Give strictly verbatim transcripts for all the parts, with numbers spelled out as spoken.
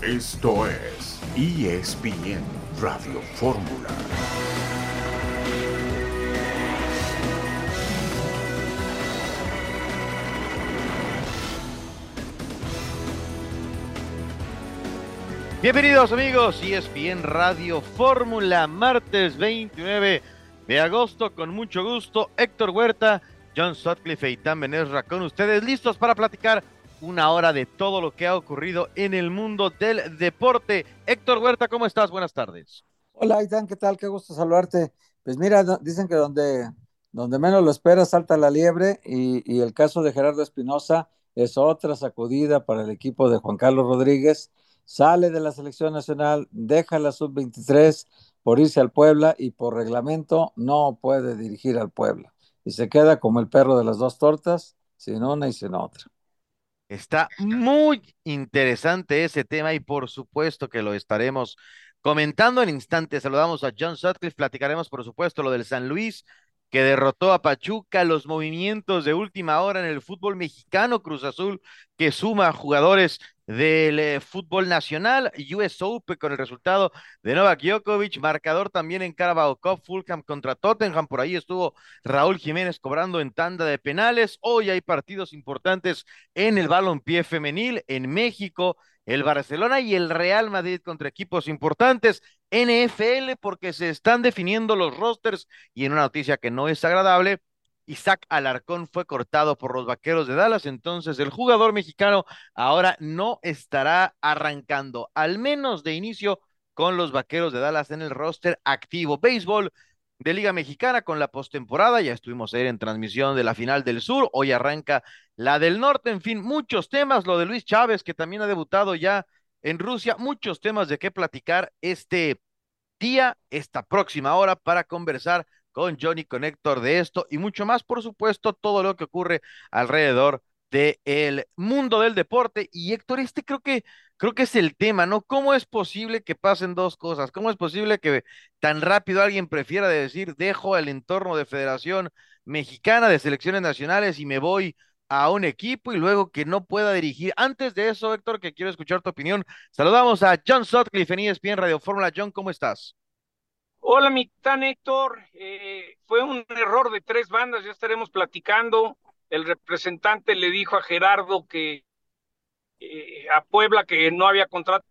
Esto es E S P N Radio Fórmula. Bienvenidos amigos, E S P N Radio Fórmula, martes veintinueve de agosto, con mucho gusto, Héctor Huerta, John Sutcliffe e Itán Benesra con ustedes, listos para platicar una hora de todo lo que ha ocurrido en el mundo del deporte. Héctor Huerta, ¿cómo estás? Buenas tardes. Hola, Itán, ¿qué tal? Qué gusto saludarte. Pues mira, do- dicen que donde, donde menos lo esperas salta la liebre y, y el caso de Gerardo Espinosa es otra sacudida para el equipo de Juan Carlos Rodríguez. Sale de la selección nacional, deja la sub veintitrés por irse al Puebla y por reglamento no puede dirigir al Puebla. Y se queda como el perro de las dos tortas, sin una y sin otra. Está muy interesante ese tema y por supuesto que lo estaremos comentando en instantes. Saludamos a John Sutcliffe, platicaremos por supuesto lo del San Luis que derrotó a Pachuca, los movimientos de última hora en el fútbol mexicano, Cruz Azul que suma jugadores del eh, fútbol nacional, U S Open con el resultado de Novak Djokovic, marcador también en Carabao Cup, Fulham contra Tottenham, por ahí estuvo Raúl Jiménez cobrando en tanda de penales. Hoy hay partidos importantes en el balompié femenil en México, el Barcelona y el Real Madrid contra equipos importantes, N F L porque se están definiendo los rosters y en una noticia que no es agradable, Isaac Alarcón fue cortado por los Vaqueros de Dallas, entonces el jugador mexicano ahora no estará arrancando, al menos de inicio, con los Vaqueros de Dallas en el roster activo. Béisbol de Liga Mexicana con la postemporada, ya estuvimos ayer en transmisión de la final del sur, hoy arranca la del norte, en fin, muchos temas, lo de Luis Chávez, que también ha debutado ya en Rusia, muchos temas de qué platicar este día, esta próxima hora, para conversar con Johnny Connector de esto y mucho más, por supuesto, todo lo que ocurre alrededor del mundo del deporte. Y Héctor, este creo que, creo que es el tema, ¿no? ¿Cómo es posible que pasen dos cosas? ¿Cómo es posible que tan rápido alguien prefiera decir, dejo el entorno de Federación Mexicana de Selecciones Nacionales y me voy a un equipo y luego que no pueda dirigir? Antes de eso, Héctor, que quiero escuchar tu opinión, saludamos a John Sutcliffe en E S P N Radio Fórmula. John, ¿cómo estás? Hola, mi tan Héctor. Eh, fue un error de tres bandas, ya estaremos platicando. El representante le dijo a Gerardo que eh, a Puebla que no había contrato.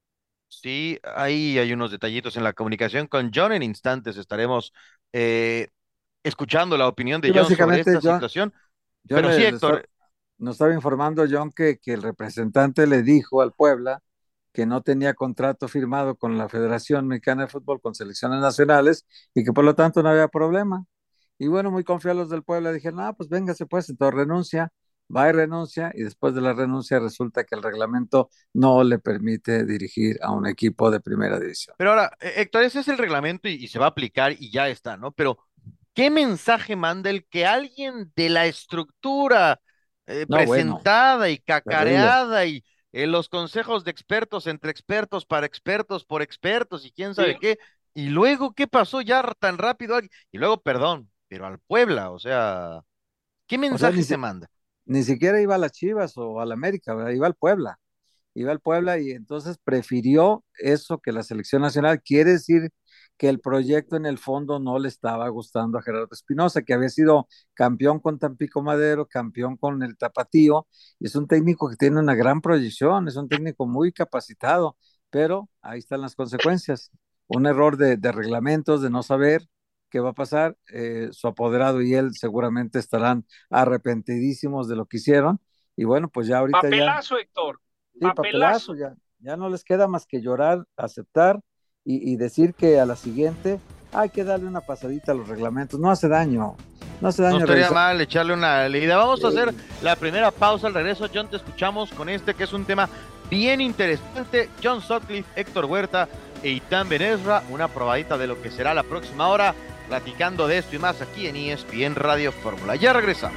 Sí, ahí hay unos detallitos en la comunicación con John. En instantes estaremos eh, escuchando la opinión Y de John sobre básicamente, esta John, situación. Yo Pero sí, le, le está- Héctor, nos estaba informando John que, que el representante le dijo al Puebla que no tenía contrato firmado con la Federación Mexicana de Fútbol con selecciones nacionales y que por lo tanto no había problema. Y bueno, muy confiados los del Puebla dijeron, no, pues véngase pues, entonces renuncia, va y renuncia y después de la renuncia resulta que el reglamento no le permite dirigir a un equipo de primera división. pero ahora, eh, Héctor, ese es el reglamento y, y se va a aplicar y ya está, ¿no? Pero, ¿qué mensaje manda el que alguien de la estructura eh, No, bueno, presentada y terrible. cacareada y eh, los consejos de expertos entre expertos para expertos por expertos y quién sabe Sí, qué? Y luego, ¿qué pasó ya tan rápido? alguien- Y luego, perdón, pero al Puebla, o sea, ¿qué O sea, ni, mensaje se si- manda? ni siquiera iba a las Chivas o a la América, ¿verdad? Iba al Puebla. Iba al Puebla y entonces prefirió eso que la selección nacional. Quiere decir que el proyecto en el fondo no le estaba gustando a Gerardo Espinosa, que había sido campeón con Tampico Madero, campeón con el Tapatío, y es un técnico que tiene una gran proyección, es un técnico muy capacitado, pero ahí están las consecuencias. Un error de, de reglamentos, de no saber qué va a pasar. Eh, su apoderado y él seguramente estarán arrepentidísimos de lo que hicieron. Y bueno, pues ya ahorita ya papelazo, Héctor, sí, papelazo, papelazo. ya, ya no les queda más que llorar, aceptar y, y decir que a la siguiente hay que darle una pasadita a los reglamentos. No hace daño, no hace No daño estaría revisar. mal echarle una leída. Vamos a hacer Sí. la primera pausa al regreso. John, te escuchamos con este que es un tema bien interesante. John Sutcliffe, Héctor Huerta e Itán Benesra, una probadita de lo que será la próxima hora, platicando de esto y más aquí en E S P N Radio Fórmula. Ya regresamos.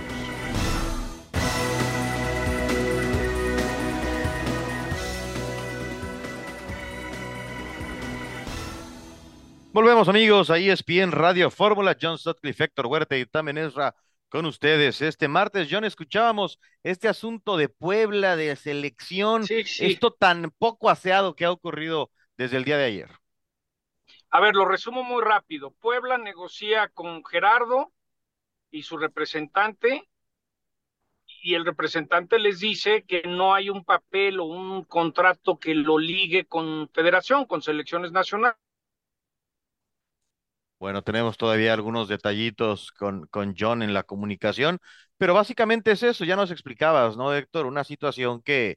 Volvemos amigos a E S P N Radio Fórmula, John Sutcliffe, Héctor Huerta y Itán Benesra Con ustedes, este martes, John, escuchábamos este asunto de Puebla, de selección, Sí, sí. esto tan poco aseado que ha ocurrido desde el día de ayer. A ver, lo resumo muy rápido. Puebla negocia con Gerardo y su representante, y el representante les dice que no hay un papel o un contrato que lo ligue con federación, con selecciones nacionales. Bueno, tenemos todavía algunos detallitos con, con John en la comunicación, pero básicamente es eso, ya nos explicabas, ¿no, Héctor? Una situación que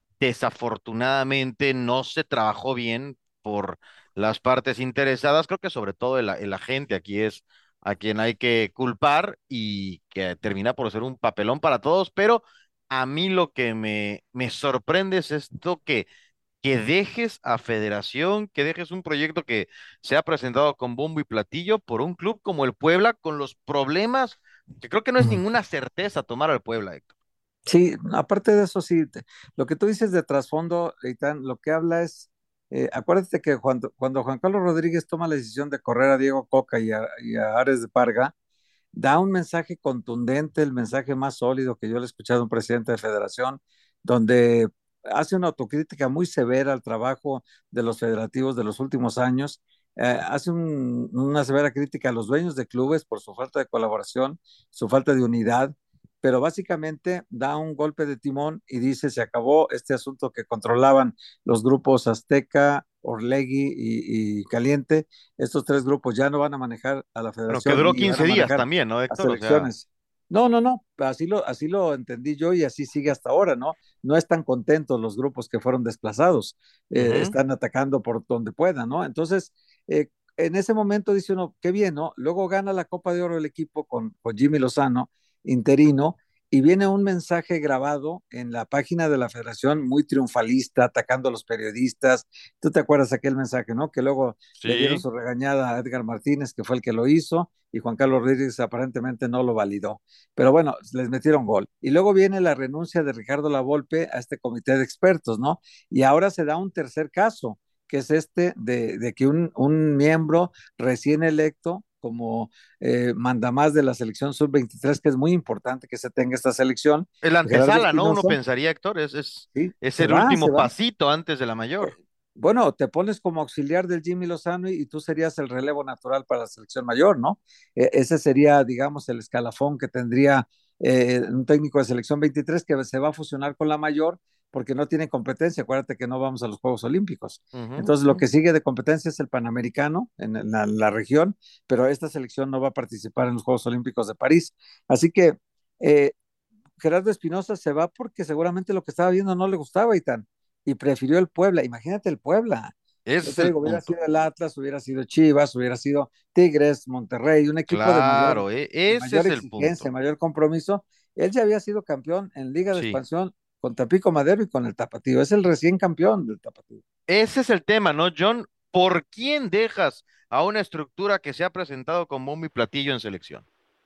desafortunadamente no se trabajó bien por las partes interesadas. Creo que sobre todo el, el agente aquí es a quien hay que culpar y que termina por ser un papelón para todos, pero a mí lo que me, me sorprende es esto que que dejes a Federación, que dejes un proyecto que se ha presentado con bombo y platillo por un club como el Puebla, con los problemas, que creo que no es Mm. ninguna certeza tomar al Puebla, Héctor. Sí, aparte de eso, sí, te- lo que tú dices de trasfondo, Eitan, lo que habla es, eh, acuérdate que cuando, cuando Juan Carlos Rodríguez toma la decisión de correr a Diego Coca y a, y a Ares de Parga, da un mensaje contundente, el mensaje más sólido que yo le he escuchado a un presidente de federación, donde hace una autocrítica muy severa al trabajo de los federativos de los últimos años, eh, hace un- una severa crítica a los dueños de clubes por su falta de colaboración, su falta de unidad, pero básicamente da un golpe de timón y dice, se acabó este asunto que controlaban los grupos Azteca, Orlegui y, y Caliente. Estos tres grupos ya no van a manejar a la Bueno, que federación duró ni van quince a días manejar también, ¿no, a Héctor? O sea, selecciones. No, no, no, así lo, así lo entendí yo y así sigue hasta ahora, ¿no? No están contentos los grupos que fueron desplazados, eh, ujú. están atacando por donde puedan, ¿no? Entonces, eh, en ese momento dice uno, qué bien, ¿no? Luego gana la Copa de Oro el equipo con, con Jimmy Lozano, interino, y viene un mensaje grabado en la página de la federación muy triunfalista, atacando a los periodistas. Tú te acuerdas aquel mensaje, ¿no? Que luego le dieron Sí. su regañada a Edgar Martínez, que fue el que lo hizo, y Juan Carlos Rodríguez aparentemente no lo validó. Pero bueno, les metieron gol. Y luego viene la renuncia de Ricardo Lavolpe a este comité de expertos, ¿no? Y ahora se da un tercer caso, que es este de, de que un, un miembro recién electo como eh, mandamás de la selección sub veintitrés, que es muy importante que se tenga esta selección, Es la Gerardo antesala, ¿no? Uno Espinosa, pensaría, Héctor, es, es, sí, es se el va, último se va. pasito antes de la mayor. Bueno, te pones como auxiliar del Jimmy Lozano y, y tú serías el relevo natural para la selección mayor, ¿no? E- ese sería, digamos, el escalafón que tendría eh, un técnico de selección veintitrés que se va a fusionar con la mayor porque no tiene competencia. Acuérdate que no vamos a los Juegos Olímpicos. Ujú. Entonces, lo que sigue de competencia es el Panamericano en, en la, la región, pero esta selección no va a participar en los Juegos Olímpicos de París. Así que eh, Gerardo Espinosa se va porque seguramente lo que estaba viendo no le gustaba y tan, y prefirió el Puebla. Imagínate el Puebla. Ese Yo es te el digo, hubiera punto. sido el Atlas, hubiera sido Chivas, hubiera sido Tigres, Monterrey, un equipo de mayor, Claro, e- de ese mayor es el exigencia, punto. mayor compromiso. Él ya había sido campeón en Liga de Sí. Expansión con Tampico Madero y con el Tapatío. Es el recién campeón del Tapatío. Ese es el tema, ¿no, John? ¿Por quién dejas a una estructura que se ha presentado con bombo y platillo en selección?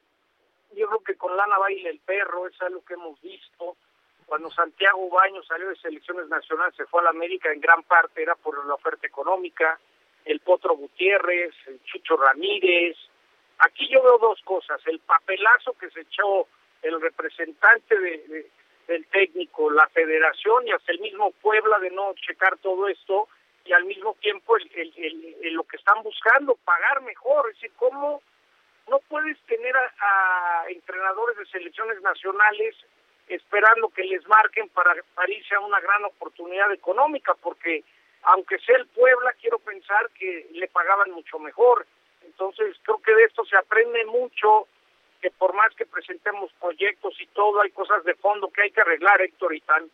Yo creo que con lana baila el perro, es algo que hemos visto. Cuando Santiago Baños salió de selecciones nacionales, se fue a la América, en gran parte era por la oferta económica. El Potro Gutiérrez, el Chucho Ramírez. Aquí yo veo dos cosas: el papelazo que se echó el representante de, de, del técnico, la federación y hasta el mismo Puebla de no checar todo esto, y al mismo tiempo el, el, el, el, lo que están buscando, pagar mejor. Es decir, ¿cómo no puedes tener a, a entrenadores de selecciones nacionales esperando que les marquen para, para irse a una gran oportunidad económica? Porque aunque sea el Puebla, quiero pensar que le pagaban mucho mejor. Entonces creo que de esto se aprende mucho, que por más que presentemos proyectos y todo, hay cosas de fondo que hay que arreglar, Héctor y tal.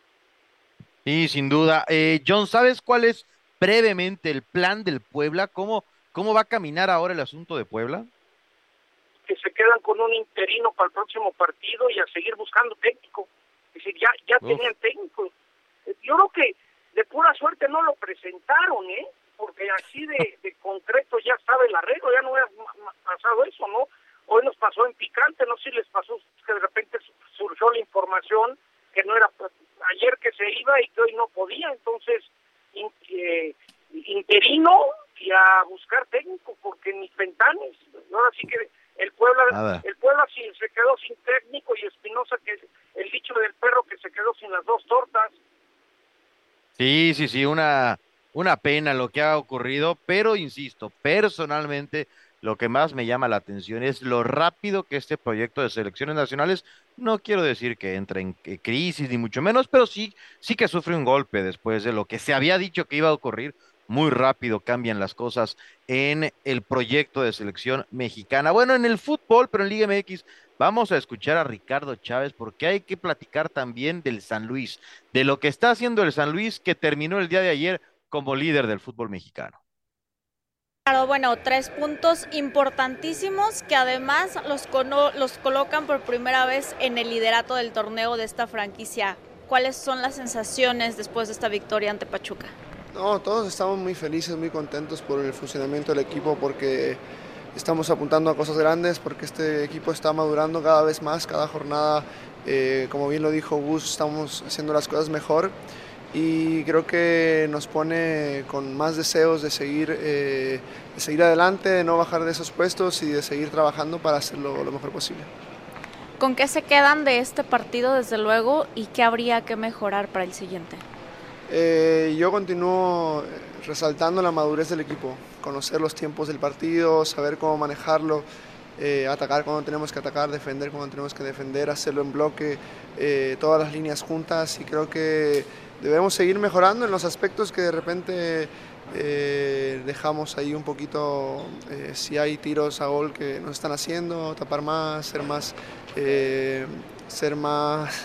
Sí, sin duda. Eh, John, ¿sabes cuál es brevemente el plan del Puebla? ¿Cómo, cómo va a caminar ahora el asunto de Puebla? Que se quedan con un interino para el próximo partido y a seguir buscando técnico. Es decir, ya, ya Uf. tenían técnico. Yo creo que de pura suerte no lo presentaron, ¿eh? Porque así de, de concreto ya estaba el arreglo, ya no había pasado eso, ¿no? Hoy nos pasó en picante, no sé si les pasó que de repente surgió la información que no era ayer que se iba y que hoy no podía, entonces in, eh, interino y a buscar técnico, porque ni Fentanes, ahora sí que El Puebla, Nada. el Puebla sí, se quedó sin técnico y Espinosa, que el dicho del perro que se quedó sin las dos tortas. Sí, sí, sí, una, una pena lo que ha ocurrido, pero insisto, personalmente lo que más me llama la atención es lo rápido que este proyecto de selecciones nacionales, no quiero decir que entre en eh, crisis ni mucho menos, pero sí, sí que sufre un golpe después de lo que se había dicho que iba a ocurrir. Muy rápido cambian las cosas en el proyecto de selección mexicana. Bueno, en el fútbol, pero en Liga M X, vamos a escuchar a Ricardo Chávez porque hay que platicar también del San Luis, de lo que está haciendo el San Luis, que terminó el día de ayer como líder del fútbol mexicano. Claro, bueno, tres puntos importantísimos que además los, cono- los colocan por primera vez en el liderato del torneo de esta franquicia. ¿Cuáles son las sensaciones después de esta victoria ante Pachuca? No, todos estamos muy felices, muy contentos por el funcionamiento del equipo porque estamos apuntando a cosas grandes, porque este equipo está madurando cada vez más, cada jornada, eh, como bien lo dijo Gus, estamos haciendo las cosas mejor y creo que nos pone con más deseos de seguir, eh, de seguir adelante, de no bajar de esos puestos y de seguir trabajando para hacerlo lo mejor posible. ¿Con qué se quedan de este partido desde luego y qué habría que mejorar para el siguiente? Eh, yo continúo resaltando la madurez del equipo, conocer los tiempos del partido, saber cómo manejarlo, eh, atacar cuando tenemos que atacar, defender cuando tenemos que defender, hacerlo en bloque, eh, todas las líneas juntas y creo que debemos seguir mejorando en los aspectos que de repente eh, dejamos ahí un poquito, eh, si hay tiros a gol que nos están haciendo, tapar más, ser más, eh, ser más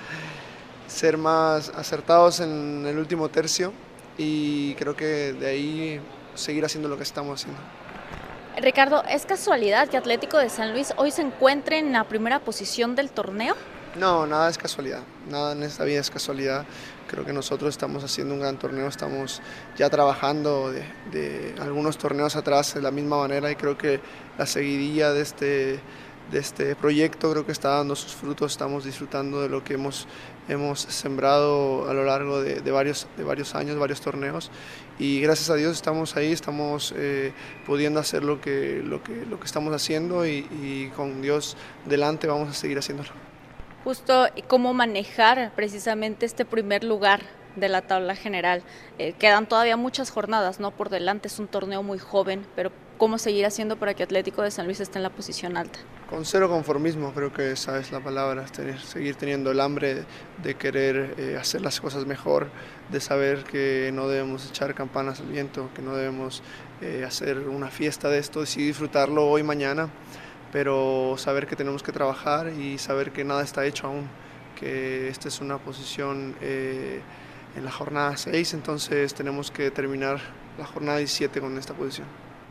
ser más acertados en el último tercio y creo que de ahí seguir haciendo lo que estamos haciendo. Ricardo, ¿es casualidad que Atlético de San Luis hoy se encuentre en la primera posición del torneo? No, nada es casualidad, nada en esta vida es casualidad. Creo que nosotros estamos haciendo un gran torneo, estamos ya trabajando de, de algunos torneos atrás de la misma manera y creo que la seguidilla de este, de este proyecto creo que está dando sus frutos, estamos disfrutando de lo que hemos, hemos sembrado a lo largo de, de, varios, de varios años, varios torneos y gracias a Dios estamos ahí, estamos eh, pudiendo hacer lo que, lo, que, lo que estamos haciendo y, y con Dios delante vamos a seguir haciéndolo. Justo cómo manejar precisamente este primer lugar de la tabla general. Eh, quedan todavía muchas jornadas, ¿no? Por delante es un torneo muy joven, pero ¿cómo seguir haciendo para que Atlético de San Luis esté en la posición alta? Con cero conformismo, creo que esa es la palabra, tener, seguir teniendo el hambre de querer eh, hacer las cosas mejor, de saber que no debemos echar campanas al viento, que no debemos eh, hacer una fiesta de esto, sí disfrutarlo hoy, mañana, pero saber que tenemos que trabajar y saber que nada está hecho aún, que esta es una posición eh, en la jornada seis, entonces tenemos que terminar la jornada diecisiete con esta posición.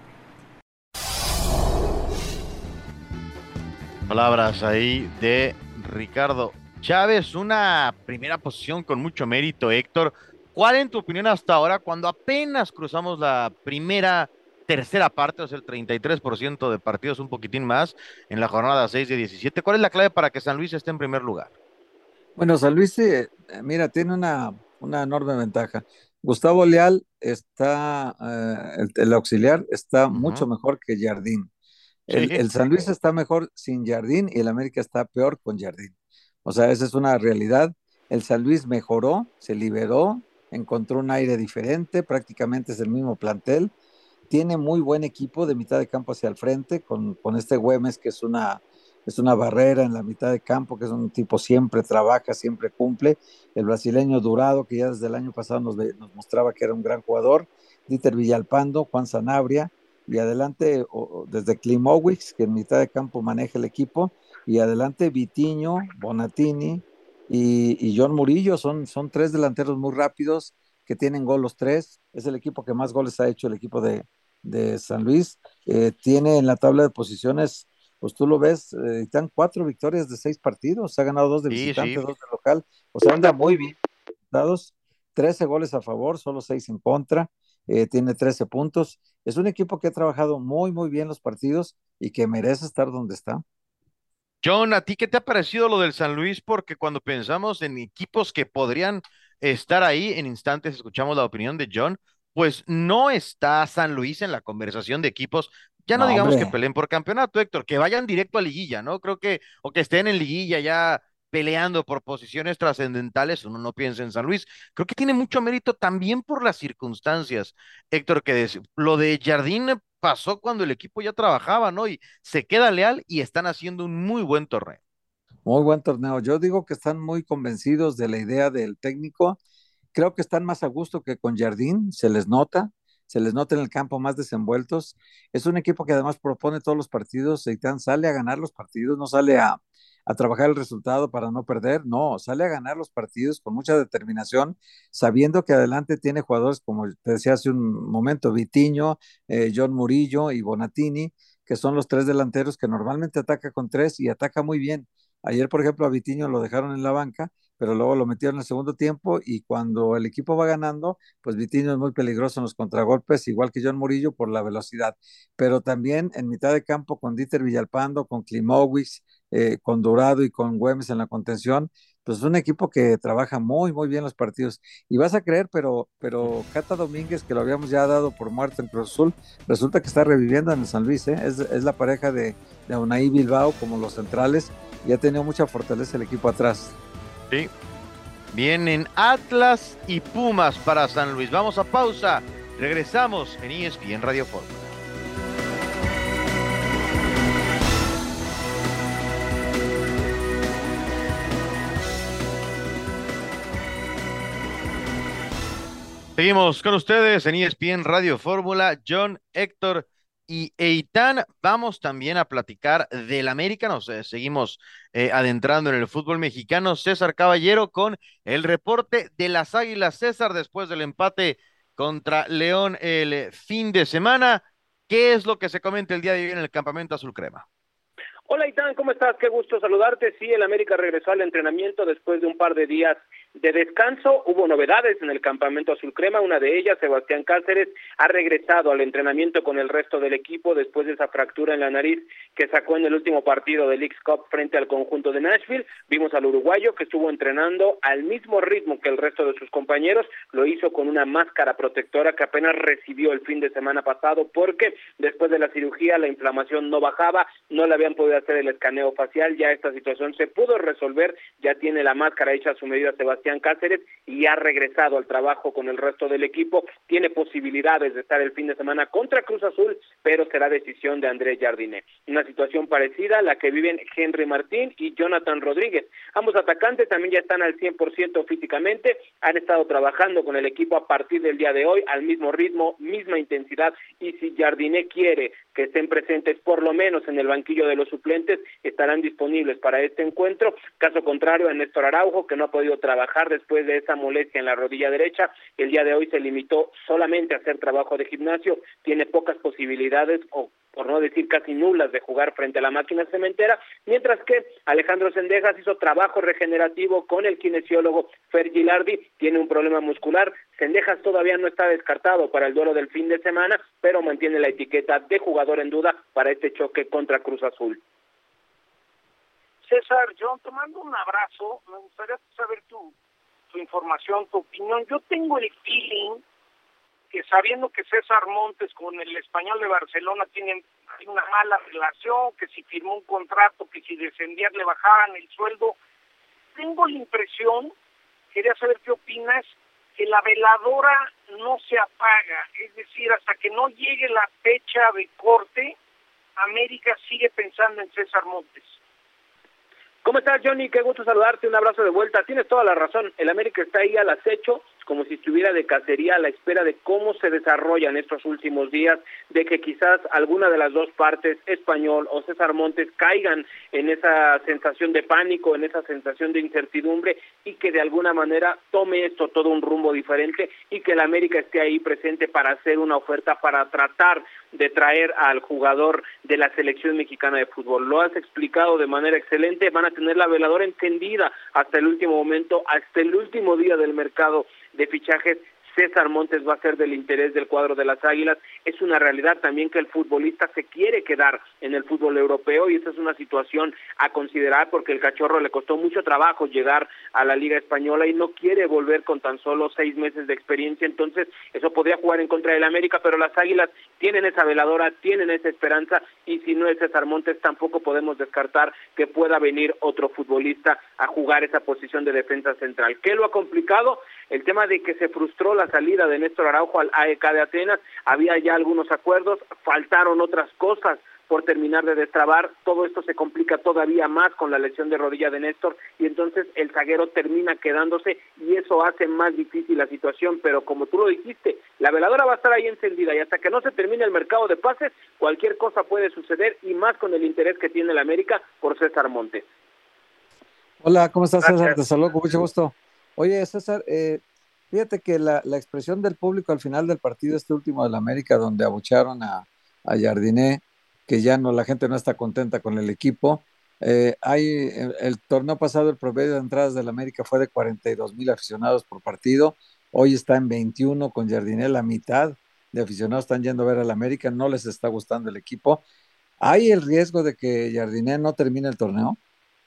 Palabras ahí de Ricardo Chávez, una primera posición con mucho mérito, Héctor. ¿Cuál en tu opinión hasta ahora, cuando apenas cruzamos la primera, tercera parte, o sea, el treinta y tres por ciento de partidos, un poquitín más, en la jornada seis de diecisiete, cuál es la clave para que San Luis esté en primer lugar? Bueno, San Luis, eh, mira, tiene una, una enorme ventaja. Gustavo Leal está, eh, el, el auxiliar está mucho Ujú. mejor que Jardín. El, Sí, el San Luis está mejor sin Jardín y el América está peor con Jardín. O sea, esa es una realidad. El San Luis mejoró, se liberó, encontró un aire diferente, prácticamente es el mismo plantel. Tiene muy buen equipo de mitad de campo hacia el frente, con, con este Güemes, que es una, es una barrera en la mitad de campo, que es un tipo siempre trabaja, siempre cumple. El brasileño Durado, que ya desde el año pasado nos, ve- nos mostraba que era un gran jugador. Dieter Villalpando, Juan Sanabria, y adelante o, o desde Klimowicz, que en mitad de campo maneja el equipo, y adelante Vitiño, Bonatini y, y John Murillo, son, son tres delanteros muy rápidos que tienen gol los tres, es el equipo que más goles ha hecho el equipo de, de San Luis, eh, tiene en la tabla de posiciones, pues tú lo ves, eh, están cuatro victorias de seis partidos, ha ganado dos de sí, visitante, sí. dos de local, o sea, anda muy bien, resultados, trece goles a favor, solo seis en contra, eh, tiene trece puntos. Es un equipo que ha trabajado muy, muy bien los partidos y que merece estar donde está. John, ¿a ti qué te ha parecido lo del San Luis? Porque cuando pensamos en equipos que podrían estar ahí, en instantes escuchamos la opinión de John, pues no está San Luis en la conversación de equipos Ya no No, digamos que hombre. peleen por campeonato, Héctor, que vayan directo a liguilla, ¿no? Creo que, o que estén en liguilla ya peleando por posiciones trascendentales, uno no piensa en San Luis. Creo que tiene mucho mérito también por las circunstancias, Héctor, que des- lo de Jardín pasó cuando el equipo ya trabajaba, ¿no? Y se queda leal y están haciendo un muy buen torneo. Muy buen torneo. Yo digo que están muy convencidos de la idea del técnico. Creo que están más a gusto que con Jardín, se les nota, se les nota en el campo más desenvueltos. Es un equipo que además propone todos los partidos, Seitán sale a ganar los partidos, no sale a, a trabajar el resultado para no perder, no, sale a ganar los partidos con mucha determinación, sabiendo que adelante tiene jugadores como te decía hace un momento, Vitiño, eh, John Murillo y Bonatini, que son los tres delanteros que normalmente ataca con tres y ataca muy bien. Ayer, por ejemplo, a Vitiño lo dejaron en la banca, pero luego lo metieron en el segundo tiempo y cuando el equipo va ganando, pues Vitinho es muy peligroso en los contragolpes, igual que John Murillo por la velocidad, pero también en mitad de campo con Dieter Villalpando, con Klimowicz, eh, con Dorado y con Güemes en la contención, pues es un equipo que trabaja muy, muy bien los partidos. Y vas a creer, pero, pero Cata Domínguez, que lo habíamos ya dado por muerto en Cruz Azul, resulta que está reviviendo en el San Luis, ¿eh? es, es la pareja de, de Unai Bilbao como los centrales, y ha tenido mucha fortaleza el equipo atrás. Sí. Vienen Atlas y Pumas para San Luis. Vamos a pausa. Regresamos en E S P N Radio Fórmula. Seguimos con ustedes en E S P N Radio Fórmula. John, Héctor y Eitan. Vamos también a platicar del América. Nos eh, seguimos eh, adentrando en el fútbol mexicano. César Caballero con el reporte de las Águilas. César, después del empate contra León el fin de semana, ¿qué es lo que se comenta el día de hoy en el campamento azul crema? Hola, Itán, ¿cómo estás? Qué gusto saludarte. Sí, el América regresó al entrenamiento después de un par de días de descanso. Hubo novedades en el campamento azul crema. Una de ellas, Sebastián Cáceres, ha regresado al entrenamiento con el resto del equipo después de esa fractura en la nariz que sacó en el último partido del Leagues Cup frente al conjunto de Nashville. Vimos al uruguayo que estuvo entrenando al mismo ritmo que el resto de sus compañeros. Lo hizo con una máscara protectora que apenas recibió el fin de semana pasado porque después de la cirugía la inflamación no bajaba, no le habían podido hacer el escaneo facial. Ya esta situación se pudo resolver, ya tiene la máscara hecha a su medida Sebastián Cáceres y ha regresado al trabajo con el resto del equipo. Tiene posibilidades de estar el fin de semana contra Cruz Azul, pero será decisión de Andrés Jardiné. Una situación parecida a la que viven Henry Martín y Jonathan Rodríguez. Ambos atacantes también ya están al cien por ciento físicamente, han estado trabajando con el equipo a partir del día de hoy al mismo ritmo, misma intensidad, y si Jardiné quiere que estén presentes por lo menos en el banquillo de los suplentes, estarán disponibles para este encuentro. Caso contrario a Néstor Araujo, que no ha podido trabajar después de esa molestia en la rodilla derecha. El día de hoy se limitó solamente a hacer trabajo de gimnasio, tiene pocas posibilidades, o por no decir casi nulas, de jugar frente a la máquina cementera, mientras que Alejandro Zendejas hizo trabajo regenerativo con el kinesiólogo Fer Gilardi, tiene un problema muscular. Zendejas todavía no está descartado para el duelo del fin de semana, pero mantiene la etiqueta de jugador en duda para este choque contra Cruz Azul. César, John, tomando un abrazo, me gustaría saber tu, tu información, tu opinión. Yo tengo el feeling que, sabiendo que César Montes con el Español de Barcelona tienen una mala relación, que si firmó un contrato, que si descendía le bajaban el sueldo, tengo la impresión, quería saber qué opinas, que la veladora no se apaga, es decir, hasta que no llegue la fecha de corte, América sigue pensando en César Montes. ¿Cómo estás, Johnny? Qué gusto saludarte, un abrazo de vuelta. Tienes toda la razón, el América está ahí al acecho, como si estuviera de cacería a la espera de cómo se desarrollan estos últimos días, de que quizás alguna de las dos partes, Español o César Montes, caigan en esa sensación de pánico, en esa sensación de incertidumbre, y que de alguna manera tome esto todo un rumbo diferente, y que el América esté ahí presente para hacer una oferta, para tratar de traer al jugador de la selección mexicana de fútbol. Lo has explicado de manera excelente, van a tener la veladora encendida hasta el último momento, hasta el último día del mercado de fichajes, César Montes va a ser del interés del cuadro de las Águilas. Es una realidad también que el futbolista se quiere quedar en el fútbol europeo y esa es una situación a considerar porque el Cachorro le costó mucho trabajo llegar a la Liga Española y no quiere volver con tan solo seis meses de experiencia, entonces eso podría jugar en contra del América, pero las Águilas tienen esa veladora, tienen esa esperanza y si no es César Montes tampoco podemos descartar que pueda venir otro futbolista a jugar esa posición de defensa central. ¿Qué lo ha complicado? El tema de que se frustró la salida de Néstor Araujo al A E K de Atenas, había ya algunos acuerdos, faltaron otras cosas por terminar de destrabar, todo esto se complica todavía más con la lesión de rodilla de Néstor y entonces el zaguero termina quedándose y eso hace más difícil la situación, pero como tú lo dijiste, la veladora va a estar ahí encendida y hasta que no se termine el mercado de pases, cualquier cosa puede suceder y más con el interés que tiene el América por César Montes. Hola, ¿cómo estás, Gracias. César? Te saludo con mucho gusto. Oye, César, eh, fíjate que la, la expresión del público al final del partido este último del América, donde abucharon a, a Jardiné, que ya no, la gente no está contenta con el equipo. Eh, hay, el, el torneo pasado el promedio de entradas del América fue de cuarenta y dos mil aficionados por partido, hoy está en veintiuno con Jardiné, la mitad de aficionados están yendo a ver al América, no les está gustando el equipo. ¿Hay el riesgo de que Jardiné no termine el torneo?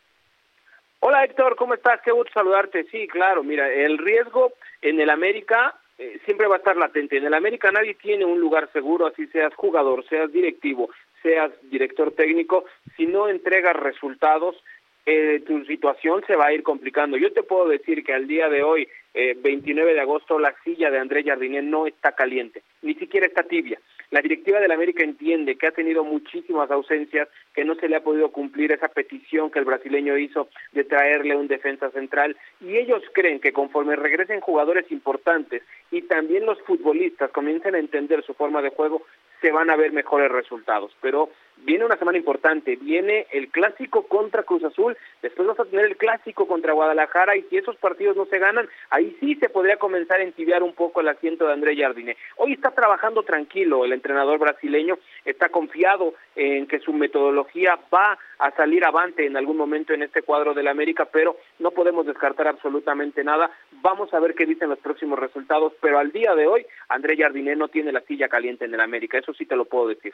Hola Héctor, ¿cómo estás? Qué gusto saludarte. Sí, claro, mira, el riesgo en el América eh, siempre va a estar latente. En el América nadie tiene un lugar seguro, así seas jugador, seas directivo, seas director técnico, si no entregas resultados, eh, tu situación se va a ir complicando. Yo te puedo decir que al día de hoy, eh, veintinueve de agosto, la silla de André Jardiné no está caliente, ni siquiera está tibia. La directiva del América entiende que ha tenido muchísimas ausencias, que no se le ha podido cumplir esa petición que el brasileño hizo de traerle un defensa central, y ellos creen que conforme regresen jugadores importantes y también los futbolistas comiencen a entender su forma de juego, se van a ver mejores resultados. Pero viene una semana importante, viene el clásico contra Cruz Azul, después vas a tener el clásico contra Guadalajara, y si esos partidos no se ganan, ahí sí se podría comenzar a entibiar un poco el asiento de André Jardiné. Hoy está trabajando tranquilo el entrenador brasileño, está confiado en que su metodología va a salir avante en algún momento en este cuadro del América, pero no podemos descartar absolutamente nada. Vamos a ver qué dicen los próximos resultados, pero al día de hoy André Jardiné no tiene la silla caliente en el América, eso sí te lo puedo decir.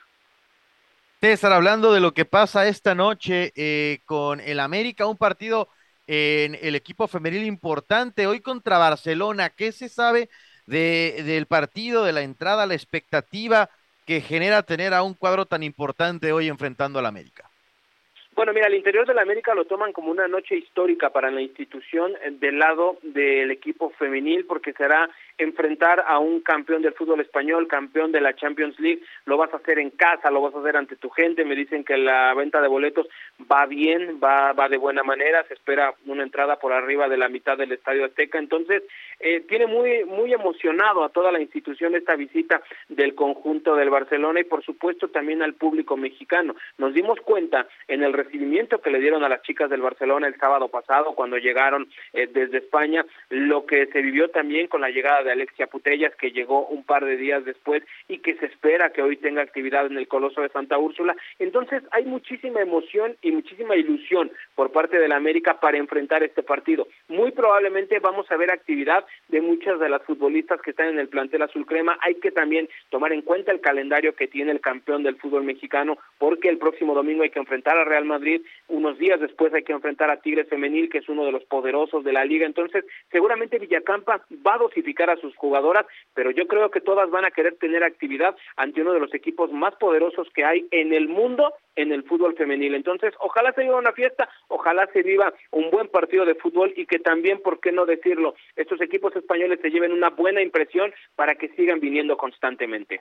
César, hablando de lo que pasa esta noche eh, con el América, un partido en el equipo femenil importante, hoy contra Barcelona, ¿qué se sabe de, del partido, de la entrada, la expectativa que genera tener a un cuadro tan importante hoy enfrentando al América? Bueno, mira, el interior de la América lo toman como una noche histórica para la institución del lado del equipo femenil, porque será enfrentar a un campeón del fútbol español, campeón de la Champions League. Lo vas a hacer en casa, lo vas a hacer ante tu gente. Me dicen que la venta de boletos va bien, va va de buena manera. Se espera una entrada por arriba de la mitad del Estadio Azteca. Entonces, eh, tiene muy muy emocionado a toda la institución esta visita del conjunto del Barcelona y, por supuesto, también al público mexicano. Nos dimos cuenta en el recibimiento que le dieron a las chicas del Barcelona el sábado pasado cuando llegaron eh, desde España, lo que se vivió también con la llegada de Alexia Putellas, que llegó un par de días después y que se espera que hoy tenga actividad en el Coloso de Santa Úrsula. Entonces hay muchísima emoción y muchísima ilusión por parte de la América para enfrentar este partido. Muy probablemente vamos a ver actividad de muchas de las futbolistas que están en el plantel azul crema. Hay que también tomar en cuenta el calendario que tiene el campeón del fútbol mexicano, porque el próximo domingo hay que enfrentar a Real Madrid, unos días después hay que enfrentar a Tigres Femenil, que es uno de los poderosos de la liga. Entonces seguramente Villacampa va a dosificar a sus jugadoras, pero yo creo que todas van a querer tener actividad ante uno de los equipos más poderosos que hay en el mundo en el fútbol femenil. Entonces ojalá se viva una fiesta, ojalá se viva un buen partido de fútbol y que también, ¿por qué no decirlo?, estos equipos españoles se lleven una buena impresión para que sigan viniendo constantemente.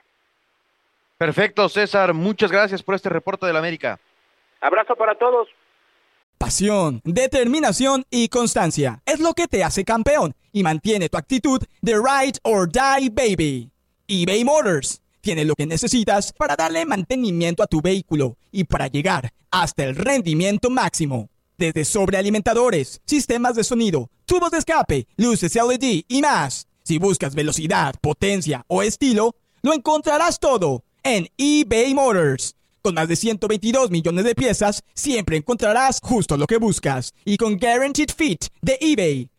Perfecto, César, muchas gracias por este reporte del América. Abrazo para todos. Pasión, determinación y constancia es lo que te hace campeón y mantiene tu actitud de ride or die, baby. eBay Motors tiene lo que necesitas para darle mantenimiento a tu vehículo y para llegar hasta el rendimiento máximo. Desde sobrealimentadores, sistemas de sonido, tubos de escape, luces L E D y más. Si buscas velocidad, potencia o estilo, lo encontrarás todo en eBay Motors. Con más de ciento veintidós millones de piezas, siempre encontrarás justo lo que buscas. Y con Guaranteed Fit de eBay,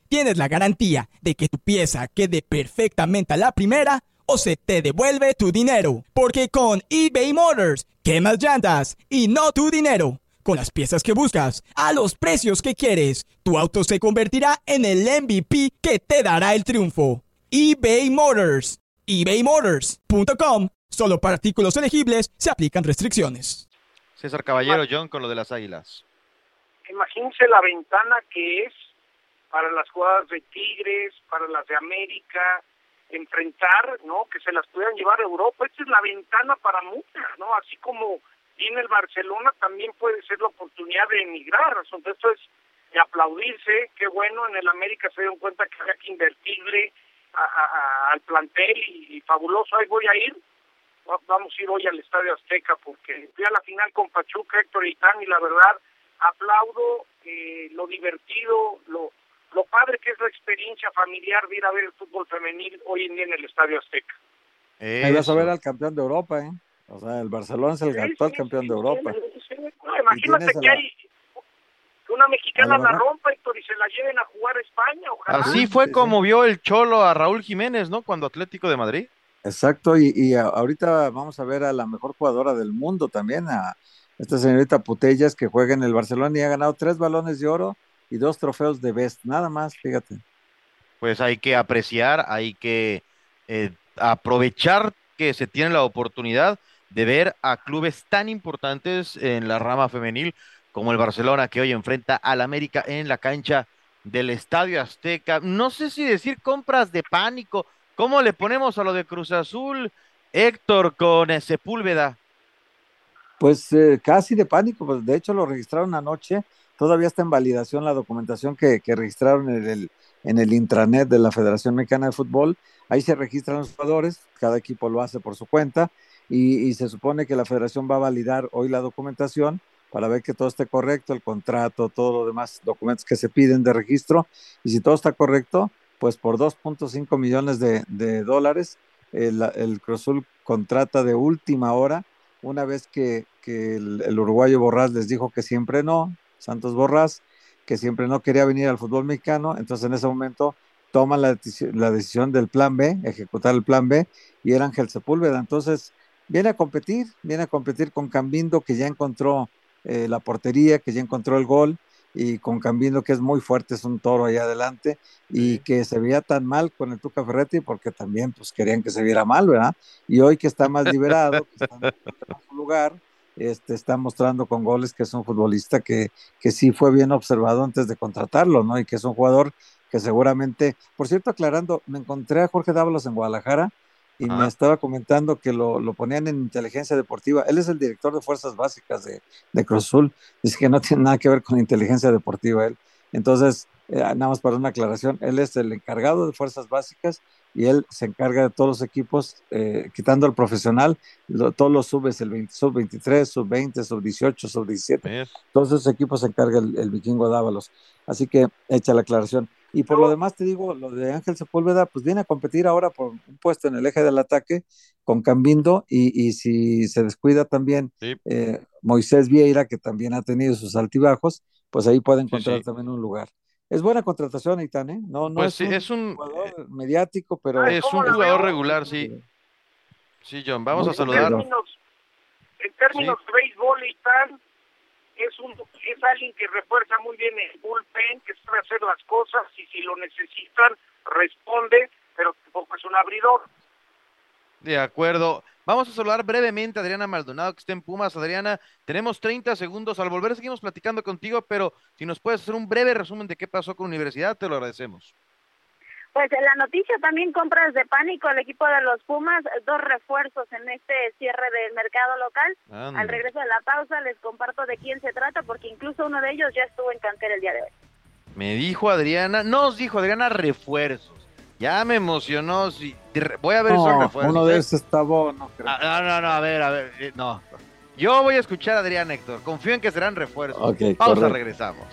tienes la garantía de que tu pieza quede perfectamente a la primera o se te devuelve tu dinero. Porque con eBay Motors, quemas llantas y no tu dinero. Con las piezas que buscas, a los precios que quieres, tu auto se convertirá en el M V P que te dará el triunfo. eBay Motors. ebay motors punto com. Solo para artículos elegibles se aplican restricciones. César Caballero, John, con lo de las Águilas. Imagínense la ventana que es para las jugadas de Tigres, para las de América, enfrentar, ¿no? Que se las puedan llevar a Europa. Esta es la ventana para muchas, ¿no? Así como viene el Barcelona, también puede ser la oportunidad de emigrar. Entonces, esto es de aplaudirse. Qué bueno, en el América se dieron cuenta que había que invertirle a, a, a, al plantel y, y fabuloso. Ahí voy a ir. Vamos a ir hoy al Estadio Azteca porque fui a la final con Pachuca, Héctor Itán, y la verdad aplaudo eh, lo divertido, lo lo padre que es la experiencia familiar de ir a ver el fútbol femenil hoy en día en el Estadio Azteca. Ahí vas a ver al campeón de Europa, ¿eh? O sea, el Barcelona es el sí, actual sí, campeón sí, de Europa. Sí, sí. No, imagínate que la... hay que una mexicana la rompa, Héctor, y se la lleven a jugar a España. Ojalá. Así fue sí, como sí. vio el Cholo a Raúl Jiménez, ¿no? Cuando Atlético de Madrid. Exacto, y, y ahorita vamos a ver a la mejor jugadora del mundo también, a esta señorita Putellas, que juega en el Barcelona y ha ganado tres balones de oro y dos trofeos de Best, nada más, fíjate. Pues hay que apreciar, hay que eh, aprovechar que se tiene la oportunidad de ver a clubes tan importantes en la rama femenil como el Barcelona, que hoy enfrenta al América en la cancha del Estadio Azteca. No sé si decir compras de pánico. ¿Cómo le ponemos a lo de Cruz Azul, Héctor, con eh, Sepúlveda? Pues eh, casi de pánico, pues de hecho lo registraron anoche. Todavía está en validación la documentación que, que registraron en el, en el intranet de la Federación Mexicana de Fútbol. Ahí se registran los jugadores, cada equipo lo hace por su cuenta, y, y se supone que la Federación va a validar hoy la documentación para ver que todo esté correcto, el contrato, todos los demás documentos que se piden de registro, y si todo está correcto, pues por dos punto cinco millones de, de dólares, el, el Cruz Azul contrata de última hora, una vez que, que el, el uruguayo Borrás les dijo que siempre no, Santos Borrás, que siempre no quería venir al fútbol mexicano, entonces en ese momento toman la, la decisión del plan B, ejecutar el plan B, y era Ángel Sepúlveda. Entonces viene a competir, viene a competir con Cambindo, que ya encontró eh, la portería, que ya encontró el gol, y con Cambindo, que es muy fuerte, es un toro allá adelante, y que se veía tan mal con el Tuca Ferretti, porque también pues querían que se viera mal, ¿verdad? Y hoy que está más liberado, que está en su lugar, Este, está mostrando con goles que es un futbolista que, que sí fue bien observado antes de contratarlo, ¿no? Y que es un jugador que seguramente, por cierto, aclarando, me encontré a Jorge Dávalos en Guadalajara y Ajá. me estaba comentando que lo, lo ponían en inteligencia deportiva. Él es el director de fuerzas básicas de, de Cruz Azul. Dice que no tiene nada que ver con inteligencia deportiva él. Entonces, eh, nada más para una aclaración, él es el encargado de fuerzas básicas y él se encarga de todos los equipos, eh, quitando al profesional, lo, todos los subes, el sub veintitrés, sub veinte, sub dieciocho, sub diecisiete, yes. Todos esos equipos se encarga el, el vikingo Dávalos. Así que echa la aclaración. Y por lo demás te digo, lo de Ángel Sepúlveda, pues viene a competir ahora por un puesto en el eje del ataque con Cambindo, y, y si se descuida también sí. eh, Moisés Vieira, que también ha tenido sus altibajos, pues ahí puede encontrar sí, sí. también un lugar. Es buena contratación, Itán, ¿eh? No, no pues es, sí, un es un jugador mediático, pero... Es un jugador regular, sí. Sí, John, vamos Muy a saludar. En términos, en términos sí. de béisbol, Itán es, un, es alguien que refuerza muy bien el bullpen, que sabe hacer las cosas, y si lo necesitan, responde, pero tampoco es un abridor. De acuerdo. Vamos a saludar brevemente a Adriana Maldonado, que está en Pumas. Adriana, tenemos treinta segundos. Al volver seguimos platicando contigo, pero si nos puedes hacer un breve resumen de qué pasó con Universidad, te lo agradecemos. Pues en la noticia también compras de pánico el equipo de los Pumas, dos refuerzos en este cierre del mercado local. Anda. Al regreso de la pausa les comparto de quién se trata, porque incluso uno de ellos ya estuvo en cantera el día de hoy. Me dijo Adriana, nos dijo Adriana refuerzos. Ya me emocionó, sí. Voy a ver no, esos refuerzos. Uno de esos está bueno, creo. Ah, no, no, no, a ver, a ver, eh, no. Yo voy a escuchar a Adrián, Héctor. Confío en que serán refuerzos. Okay, Pausa, correcto. Regresamos.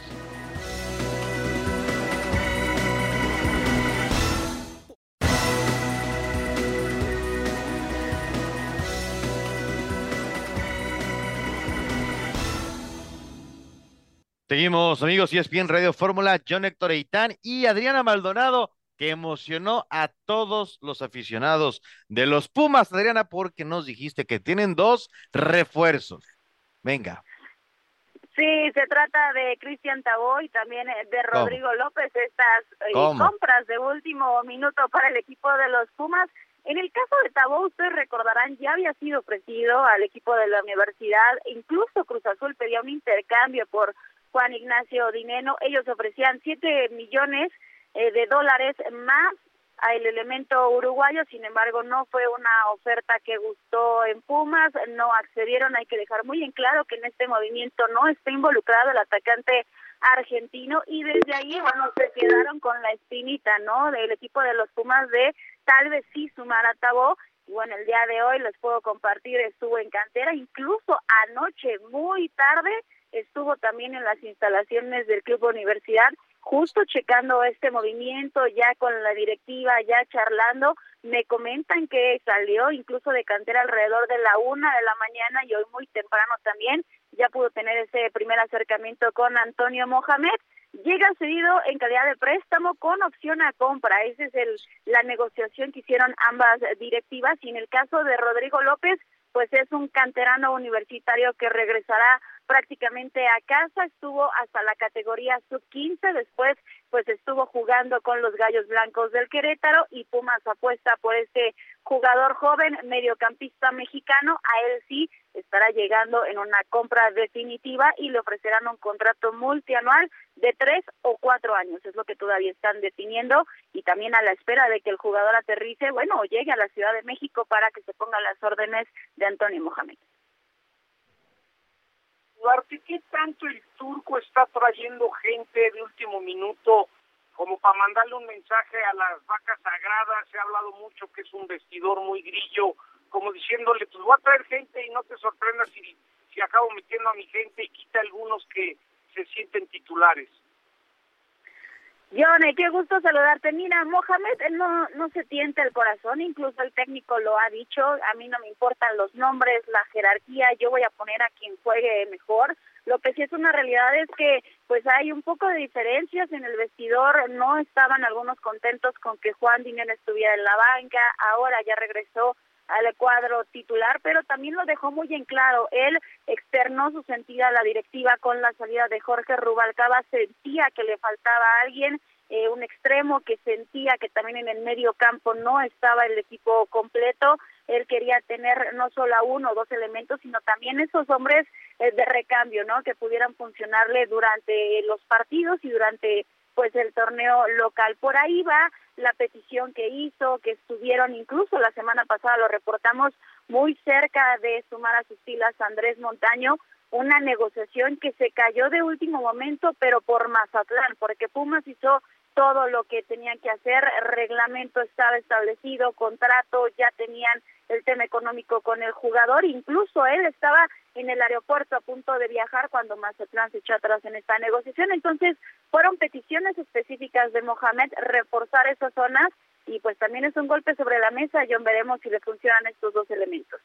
Seguimos, amigos, E S P N Radio Fórmula, John Héctor Eitán y Adriana Maldonado, que emocionó a todos los aficionados de los Pumas, Adriana, porque nos dijiste que tienen dos refuerzos. Venga. Sí, se trata de Cristian Tabó y también de Rodrigo ¿Cómo? López, estas eh, compras de último minuto para el equipo de los Pumas. En el caso de Tabó, ustedes recordarán, ya había sido ofrecido al equipo de la universidad, incluso Cruz Azul pedía un intercambio por Juan Ignacio Dineno. Ellos ofrecían siete millones eh, de dólares más al elemento uruguayo, sin embargo no fue una oferta que gustó en Pumas, no accedieron. Hay que dejar muy en claro que en este movimiento no está involucrado el atacante argentino, y desde ahí, bueno, se quedaron con la espinita, ¿no?, del equipo de los Pumas de tal vez sí sumar a Tabó. Y bueno, el día de hoy les puedo compartir, estuvo en cantera, incluso anoche muy tarde estuvo también en las instalaciones del Club Universidad, justo checando este movimiento, ya con la directiva, ya charlando. Me comentan que salió incluso de cantera alrededor de la una de la mañana y hoy muy temprano también ya pudo tener ese primer acercamiento con Antonio Mohamed. Llega cedido en calidad de préstamo con opción a compra. Esa es el, la negociación que hicieron ambas directivas. Y en el caso de Rodrigo López, pues es un canterano universitario que regresará prácticamente a casa. Estuvo hasta la categoría sub quince, después pues estuvo jugando con los Gallos Blancos del Querétaro, y Pumas apuesta por este jugador joven mediocampista mexicano. A él sí estará llegando en una compra definitiva y le ofrecerán un contrato multianual de tres o cuatro años, es lo que todavía están definiendo, y también a la espera de que el jugador aterrice, bueno, o llegue a la Ciudad de México para que se ponga a las órdenes de Antonio Mohamed. Duarte, ¿qué tanto el turco está trayendo gente de último minuto como para mandarle un mensaje a las vacas sagradas? Se ha hablado mucho que es un vestidor muy grillo, como diciéndole, pues voy a traer gente y no te sorprendas si, si acabo metiendo a mi gente y quita algunos que se sienten titulares. Johnny, qué gusto saludarte. Mira, Mohamed, él no, no se tienta el corazón, incluso el técnico lo ha dicho. A mí no me importan los nombres, la jerarquía, yo voy a poner a quien juegue mejor. Lo que sí es una realidad es que pues hay un poco de diferencias en el vestidor. No estaban algunos contentos con que Juan Dineno estuviera en la banca, ahora ya regresó al cuadro titular, pero también lo dejó muy en claro. Él externó su sentido a la directiva con la salida de Jorge Rubalcaba. Sentía que le faltaba a alguien, eh, un extremo, que sentía que también en el medio campo no estaba el equipo completo. Él quería tener no solo a uno o dos elementos, sino también esos hombres eh, de recambio, ¿no?, que pudieran funcionarle durante los partidos y durante pues el torneo local. Por ahí va la petición que hizo, que estuvieron incluso la semana pasada, lo reportamos, muy cerca de sumar a sus filas a Andrés Montaño, una negociación que se cayó de último momento, pero por Mazatlán, porque Pumas hizo todo lo que tenían que hacer, reglamento estaba establecido, contrato, ya tenían el tema económico con el jugador, incluso él estaba en el aeropuerto a punto de viajar cuando Mazatlán se echó atrás en esta negociación. Entonces fueron peticiones específicas de Mohamed reforzar esas zonas, y pues también es un golpe sobre la mesa. John, veremos si le funcionan estos dos elementos.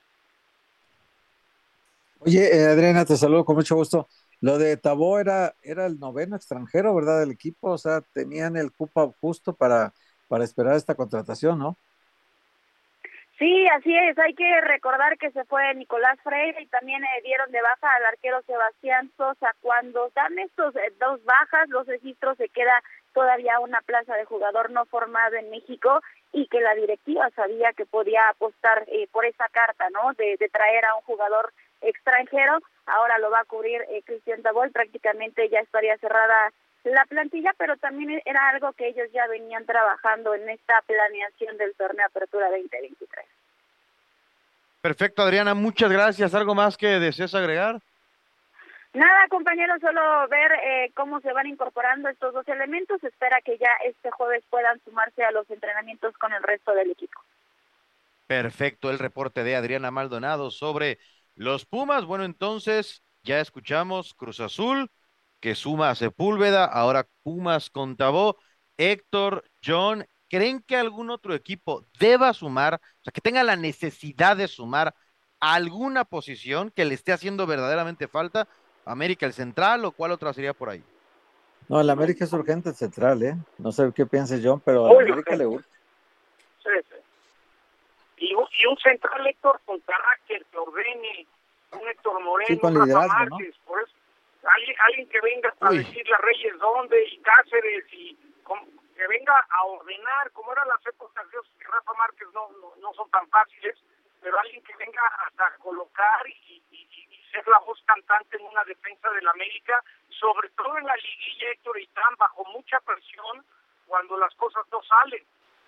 Oye, eh, Adriana, te saludo con mucho gusto. Lo de Tabó era, era el noveno extranjero, ¿verdad?, del equipo. O sea, tenían el cupo justo para, para esperar esta contratación, ¿no? Sí, así es. Hay que recordar que se fue Nicolás Freire y también eh, dieron de baja al arquero Sebastián Sosa. Cuando dan estos eh, dos bajas, los registros, se queda todavía una plaza de jugador no formado en México, y que la directiva sabía que podía apostar eh, por esa carta, ¿no?, de, de traer a un jugador extranjero. Ahora lo va a cubrir eh, Cristian Tabó, y prácticamente ya estaría cerrada la plantilla, pero también era algo que ellos ya venían trabajando en esta planeación del torneo Apertura veinte veintitrés. Perfecto, Adriana, muchas gracias. ¿Algo más que desees agregar? Nada, compañeros, solo ver eh, cómo se van incorporando estos dos elementos. Se espera que ya este jueves puedan sumarse a los entrenamientos con el resto del equipo. Perfecto, el reporte de Adriana Maldonado sobre los Pumas. Bueno, entonces ya escuchamos Cruz Azul, que suma a Sepúlveda, ahora Pumas con Tabó. Héctor, John, ¿creen que algún otro equipo deba sumar, o sea, que tenga la necesidad de sumar alguna posición que le esté haciendo verdaderamente falta? América el central o cuál otra sería por ahí? No, el América es urgente el central, ¿eh? No sé qué piense John, pero a América le urge. Sí, sí. Y un, y un central, Héctor, con carácter, que ordene, un Héctor Moreno, sí, con un Rafa liderazgo, Márquez, ¿no? por eso, alguien, alguien que venga a Uy. decirle a Reyes dónde, y Cáceres, y con, que venga a ordenar, como eran las épocas de Rafa Márquez, no, no, no son tan fáciles, pero alguien que venga hasta colocar y, y, y ser la voz cantante en una defensa del América, sobre todo en la liguilla, Héctor, y están bajo mucha presión cuando las cosas no salen.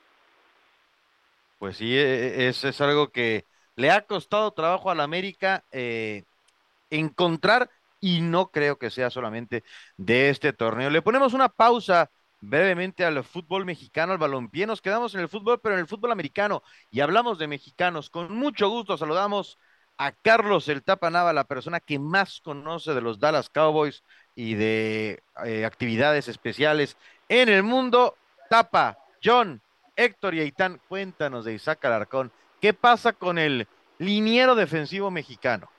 Pues sí, e- e- eso es algo que le ha costado trabajo al América eh, encontrar y no creo que sea solamente de este torneo. Le ponemos una pausa brevemente al fútbol mexicano, al balompié. Nos quedamos en el fútbol, pero en el fútbol americano y hablamos de mexicanos. Con mucho gusto saludamos a Carlos el Tapa Nava, la persona que más conoce de los Dallas Cowboys y de eh, actividades especiales en el mundo. Tapa, John, Héctor y Aitán, cuéntanos de Isaac Alarcón. ¿Qué pasa con el liniero defensivo mexicano?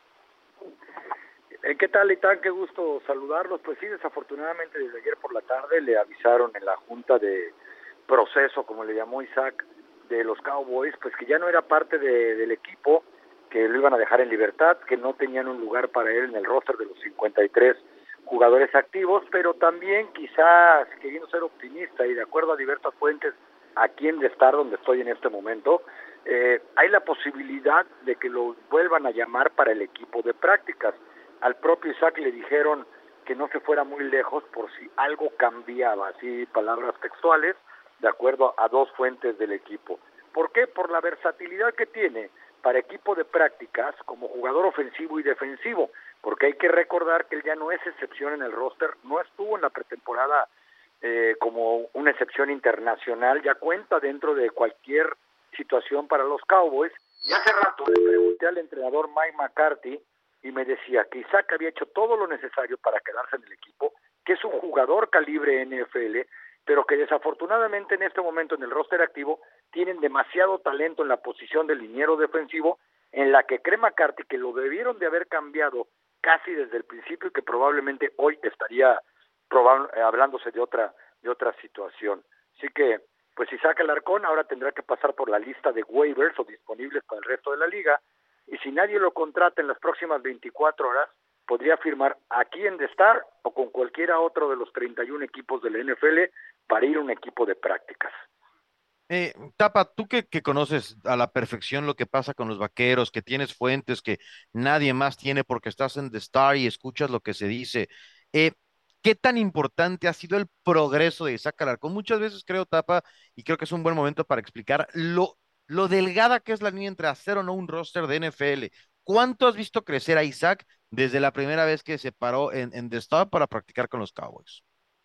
Eh, ¿Qué tal, Itán? Qué gusto saludarlos. Pues sí, desafortunadamente desde ayer por la tarde le avisaron en la junta de proceso, como le llamó Isaac, de los Cowboys, pues que ya no era parte de, del equipo, que lo iban a dejar en libertad, que no tenían un lugar para él en el roster de los cincuenta y tres jugadores activos, pero también quizás queriendo ser optimista y de acuerdo a diversas fuentes aquí en The Star, donde estoy en este momento, eh, hay la posibilidad de que lo vuelvan a llamar para el equipo de prácticas. Al propio Isaac le dijeron que no se fuera muy lejos por si algo cambiaba, así palabras textuales, de acuerdo a dos fuentes del equipo. ¿Por qué? Por la versatilidad que tiene para equipo de prácticas como jugador ofensivo y defensivo, porque hay que recordar que él ya no es excepción en el roster, no estuvo en la pretemporada eh, como una excepción internacional, ya cuenta dentro de cualquier situación para los Cowboys. Y hace rato le pregunté al entrenador Mike McCarthy y me decía que Isaac había hecho todo lo necesario para quedarse en el equipo, que es un jugador calibre N F L, pero que desafortunadamente en este momento en el roster activo tienen demasiado talento en la posición de liniero defensivo, en la que cree McCarthy que lo debieron de haber cambiado casi desde el principio y que probablemente hoy estaría probable, hablándose de otra, de otra situación. Así que, pues Isaac Alarcón ahora tendrá que pasar por la lista de waivers o disponibles para el resto de la liga, y si nadie lo contrata en las próximas veinticuatro horas, podría firmar aquí en The Star o con cualquiera otro de los treinta y uno equipos de la N F L para ir a un equipo de prácticas. Eh, Tapa, tú que, que conoces a la perfección lo que pasa con los vaqueros, que tienes fuentes que nadie más tiene porque estás en The Star y escuchas lo que se dice, eh, ¿qué tan importante ha sido el progreso de Isaac Alarcón? Muchas veces creo, Tapa, y creo que es un buen momento para explicar lo, lo delgada que es la línea entre hacer o no un roster de N F L. ¿Cuánto has visto crecer a Isaac desde la primera vez que se paró en, en The Star para practicar con los Cowboys?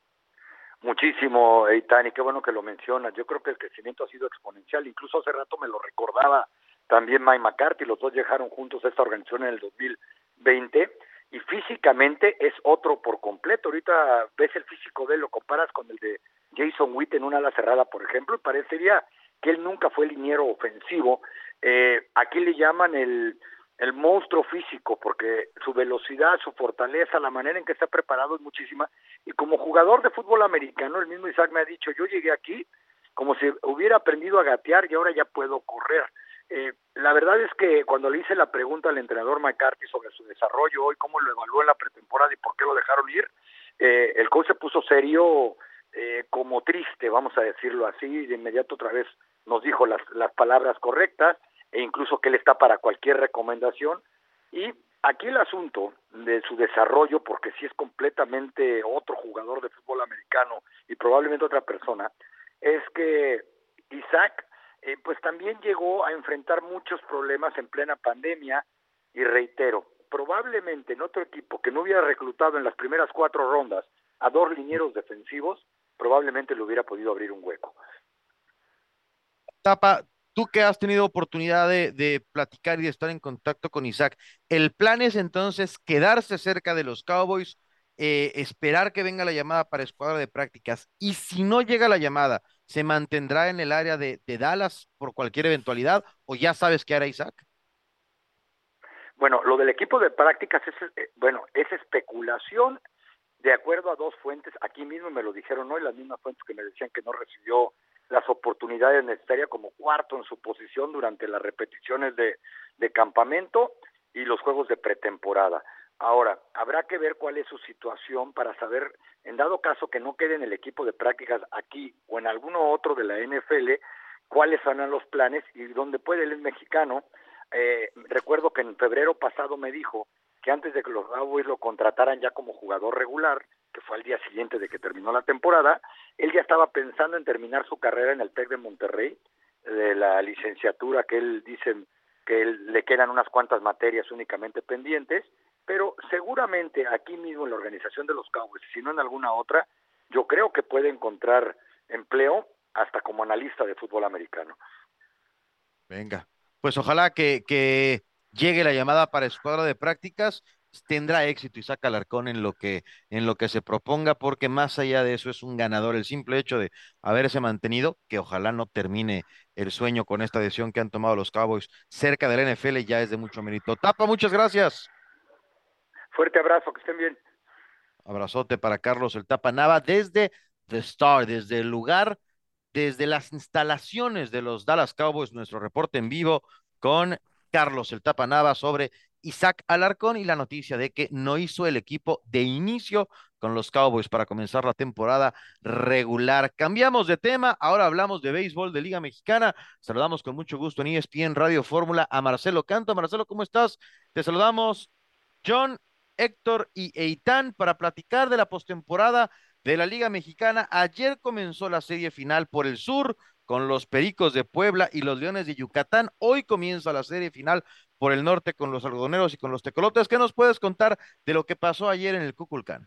Muchísimo, Eitan, y qué bueno que lo mencionas. Yo creo que el crecimiento ha sido exponencial. Incluso hace rato me lo recordaba también Mike McCarthy. Los dos llegaron juntos a esta organización en el dos mil veinte y físicamente es otro por completo. Ahorita ves el físico de él, lo comparas con el de Jason Witt en una ala cerrada, por ejemplo, y parecería que él nunca fue liniero ofensivo. Eh, aquí le llaman el el monstruo físico, porque su velocidad, su fortaleza, la manera en que está preparado es muchísima, y como jugador de fútbol americano, el mismo Isaac me ha dicho, yo llegué aquí como si hubiera aprendido a gatear y ahora ya puedo correr. Eh, la verdad es que cuando le hice la pregunta al entrenador McCarthy sobre su desarrollo hoy, cómo lo evaluó en la pretemporada y por qué lo dejaron ir, eh, el coach se puso serio, eh, como triste, vamos a decirlo así, y de inmediato otra vez nos dijo las, las palabras correctas, e incluso que él está para cualquier recomendación. Y aquí el asunto de su desarrollo, porque sí es completamente otro jugador de fútbol americano y probablemente otra persona, es que Isaac eh, pues también llegó a enfrentar muchos problemas en plena pandemia, y reitero, probablemente en otro equipo que no hubiera reclutado en las primeras cuatro rondas a dos linieros defensivos, probablemente le hubiera podido abrir un hueco. Tapa, tú que has tenido oportunidad de, de platicar y de estar en contacto con Isaac, ¿el plan es entonces quedarse cerca de los Cowboys, eh, esperar que venga la llamada para escuadra de prácticas? Y si no llega la llamada, ¿se mantendrá en el área de, de Dallas por cualquier eventualidad? ¿O ya sabes qué hará Isaac? Bueno, lo del equipo de prácticas es, eh, bueno, es especulación de acuerdo a dos fuentes. Aquí mismo me lo dijeron hoy, las mismas fuentes que me decían que no recibió las oportunidades necesarias como cuarto en su posición durante las repeticiones de, de campamento y los juegos de pretemporada. Ahora, habrá que ver cuál es su situación para saber, en dado caso que no quede en el equipo de prácticas aquí o en alguno otro de la N F L, cuáles serán los planes y dónde puede. Él es mexicano. Eh, recuerdo que en febrero pasado me dijo que antes de que los Cowboys lo contrataran ya como jugador regular, que fue al día siguiente de que terminó la temporada, él ya estaba pensando en terminar su carrera en el TEC de Monterrey, de la licenciatura que él dice que él, le quedan unas cuantas materias únicamente pendientes, pero seguramente aquí mismo en la organización de los Cowboys, si no en alguna otra, yo creo que puede encontrar empleo hasta como analista de fútbol americano. Venga, pues ojalá que, que llegue la llamada para escuadra de prácticas, tendrá éxito Isaac Alarcón en lo que, en lo que se proponga, porque más allá de eso es un ganador. El simple hecho de haberse mantenido, que ojalá no termine el sueño con esta decisión que han tomado los Cowboys cerca del N F L, ya es de mucho mérito. Tapa, muchas gracias. Fuerte abrazo, que estén bien. Abrazote para Carlos el Tapa Nava desde The Star, desde el lugar, desde las instalaciones de los Dallas Cowboys, nuestro reporte en vivo con Carlos el Tapa Nava sobre Isaac Alarcón y la noticia de que no hizo el equipo de inicio con los Cowboys para comenzar la temporada regular. Cambiamos de tema, ahora hablamos de béisbol de Liga Mexicana. Saludamos con mucho gusto en E S P N Radio Fórmula a Marcelo Canto. Marcelo, ¿cómo estás? Te saludamos, John, Héctor y Eitan, para platicar de la postemporada de la Liga Mexicana. Ayer comenzó la serie final por el sur con los Pericos de Puebla y los Leones de Yucatán. Hoy comienza la serie final por el norte con los Algodoneros y con los Tecolotes. ¿Qué nos puedes contar de lo que pasó ayer en el Cuculcán?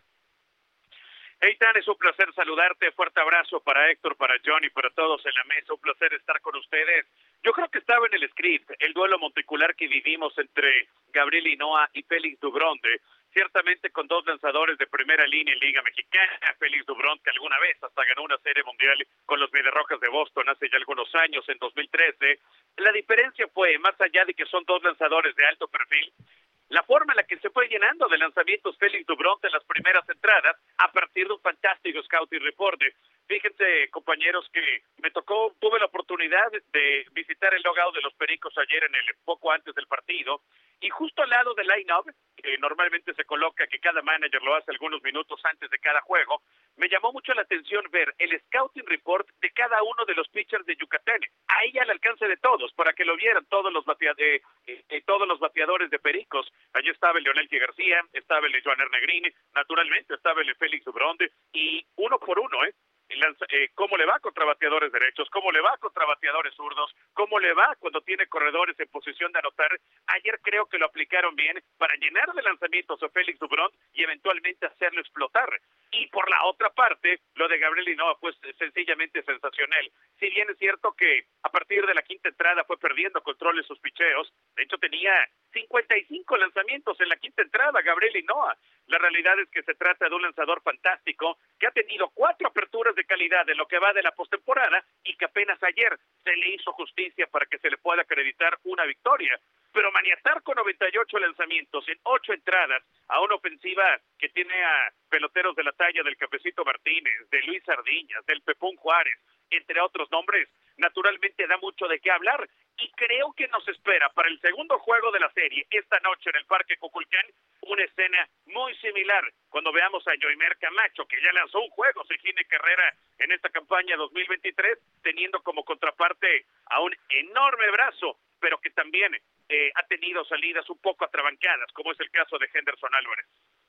Eitan, es un placer saludarte, fuerte abrazo para Héctor, para John y para todos en la mesa, un placer estar con ustedes. Yo creo que estaba en el script el duelo monticular que vivimos entre Gabriel Hinoa y Félix Dubronde, ciertamente con dos lanzadores de primera línea en Liga Mexicana. Félix Dubronde, que alguna vez hasta ganó una serie mundial con los Mediarrojas de Boston hace ya algunos años, en dos mil trece. La diferencia fue, más allá de que son dos lanzadores de alto perfil, la forma en la que se fue llenando de lanzamientos Félix Dubronde en las primeras entradas a partir de un fantástico scouting report. Fíjense, compañeros, que me tocó, tuve la oportunidad de visitar el logout de los Pericos ayer en el poco antes del partido, y justo al lado del line-up, que normalmente se coloca, que cada manager lo hace algunos minutos antes de cada juego, me llamó mucho la atención ver el scouting report de cada uno de los pitchers de Yucatán, ahí al alcance de todos, para que lo vieran todos los, batea eh, eh, todos los bateadores de Pericos. Allí estaba el Leonel García, estaba el de Joaner Negrini, naturalmente estaba el de Félix Dubronde, y uno por uno, ¿eh? Lanza, eh, cómo le va contra bateadores derechos, cómo le va contra bateadores zurdos, cómo le va cuando tiene corredores en posición de anotar. Ayer creo que lo aplicaron bien para llenar de lanzamientos a Félix Dubronde y eventualmente hacerlo explotar. Y por la otra parte, lo de Gabriel Hinoa fue sencillamente sensacional. Si bien es cierto que a partir de la quinta entrada fue perdiendo control en sus picheos, de hecho tenía cincuenta y cinco lanzamientos en la quinta entrada Gabriel Hinoa. La realidad es que se trata de un lanzador fantástico que ha tenido cuatro aperturas de calidad en lo que va de la postemporada y que apenas ayer se le hizo justicia para que se le pueda acreditar una victoria. Pero maniatar con noventa y ocho lanzamientos en ocho entradas a una ofensiva que tiene a peloteros de la talla del Cafecito Martínez, de Luis Sardiñas, del Pepón Juárez, entre otros nombres, naturalmente da mucho de qué hablar, y creo que nos espera para el segundo juego de la serie esta noche en el Parque Cuculcán una escena muy similar cuando veamos a Yoimer Camacho, que ya lanzó un juego sin Gine Carrera en esta campaña dos mil veintitrés, teniendo como contraparte a un enorme brazo, pero que también eh, ha tenido salidas un poco atrabancadas, como es el caso de Henderson Álvarez.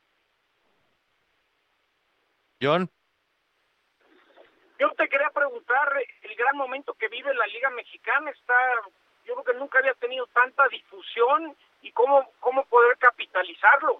John. Yo te quería preguntar, el gran momento que vive la Liga Mexicana está, yo creo que nunca había tenido tanta difusión, y cómo, cómo poder capitalizarlo.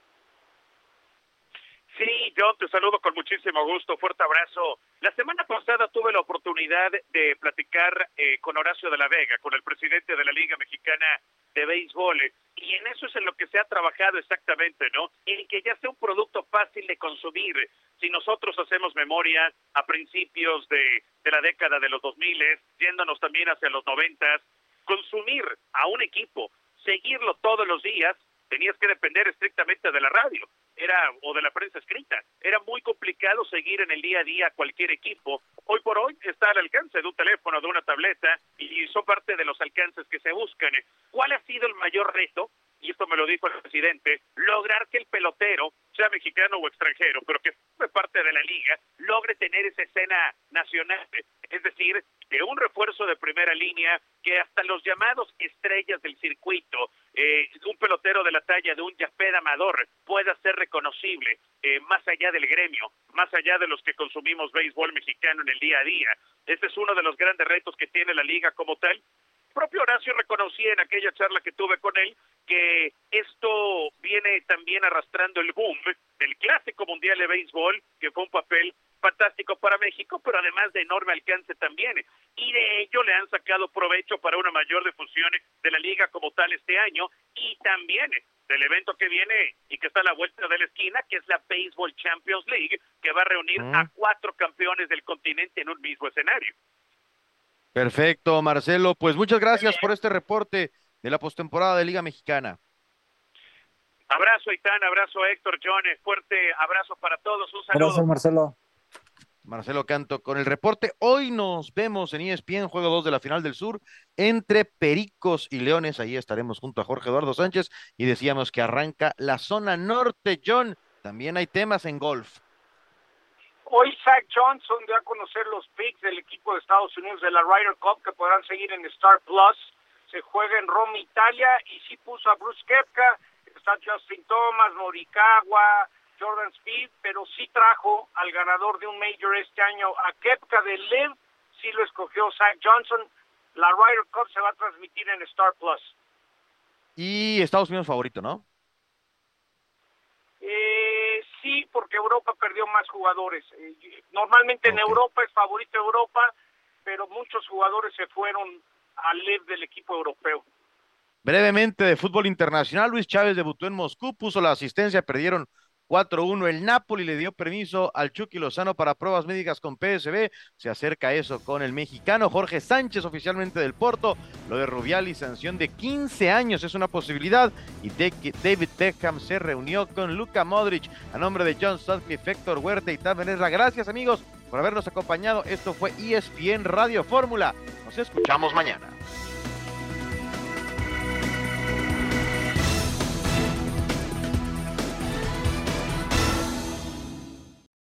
Sí, John, te saludo con muchísimo gusto, fuerte abrazo. La semana pasada tuve la oportunidad de platicar eh, con Horacio de la Vega, con el presidente de la Liga Mexicana de Béisbol, y en eso es en lo que se ha trabajado exactamente, ¿no? En que ya sea un producto fácil de consumir. Si nosotros hacemos memoria a principios de, de la década de los dos mil, yéndonos también hacia los noventas, consumir a un equipo, seguirlo todos los días, tenías que depender estrictamente de la radio era o de la prensa escrita. Era muy complicado seguir en el día a día cualquier equipo. Hoy por hoy está al alcance de un teléfono, de una tableta, y son parte de los alcances que se buscan. ¿Cuál ha sido el mayor reto? Y esto me lo dijo el presidente, lograr que el pelotero, sea mexicano o extranjero, pero que forme parte de la liga, logre tener esa escena nacional. Es decir, que un refuerzo de primera línea, que hasta los llamados estrellas del circuito, eh, un pelotero de la talla de un Yaped Amador, pueda ser reconocible, eh, más allá del gremio, más allá de los que consumimos béisbol mexicano en el día a día. Este es uno de los grandes retos que tiene la liga como tal. El propio Horacio reconocía en aquella charla que tuve con él que esto viene también arrastrando el boom del Clásico Mundial de Béisbol, que fue un papel fantástico para México, pero además de enorme alcance también, y de ello le han sacado provecho para una mayor difusión de la liga como tal este año, y también del evento que viene y que está a la vuelta de la esquina, que es la Baseball Champions League, que va a reunir mm. a cuatro campeones del continente en un mismo escenario. Perfecto, Marcelo, pues muchas gracias por este reporte de la postemporada de Liga Mexicana. Abrazo, Itán, abrazo, Héctor, John, fuerte abrazo para todos, un saludo. Abrazo, Marcelo. Marcelo Canto con el reporte. Hoy nos vemos en E S P N, juego dos de la final del sur, entre Pericos y Leones. Ahí estaremos junto a Jorge Eduardo Sánchez y decíamos que arranca la zona norte. John, también hay temas en golf. Hoy Zach Johnson dio a conocer los picks del equipo de Estados Unidos de la Ryder Cup que podrán seguir en Star Plus. Se juega en Roma, Italia, y sí puso a Bruce Koepka, está Justin Thomas, Morikawa, Jordan Speed, pero sí trajo al ganador de un Major este año, a Koepka de L I V, sí lo escogió Zach Johnson. La Ryder Cup se va a transmitir en Star Plus. Y Estados Unidos favorito, ¿no? Eh, sí, porque Europa perdió más jugadores. Eh, normalmente okay. En Europa es favorito Europa, pero muchos jugadores se fueron al L I V del equipo europeo. Brevemente de fútbol internacional, Luis Chávez debutó en Moscú, puso la asistencia, perdieron cuatro uno. El Napoli le dio permiso al Chucky Lozano para pruebas médicas con P S V. Se acerca eso con el mexicano Jorge Sánchez, oficialmente del Porto. Lo de Rubiali, sanción de quince años es una posibilidad. Y David Beckham se reunió con Luka Modric. A nombre de John Sutcliffe, Héctor Huerta y Tab Benesra, gracias amigos por habernos acompañado. Esto fue E S P N Radio Fórmula. Nos escuchamos mañana.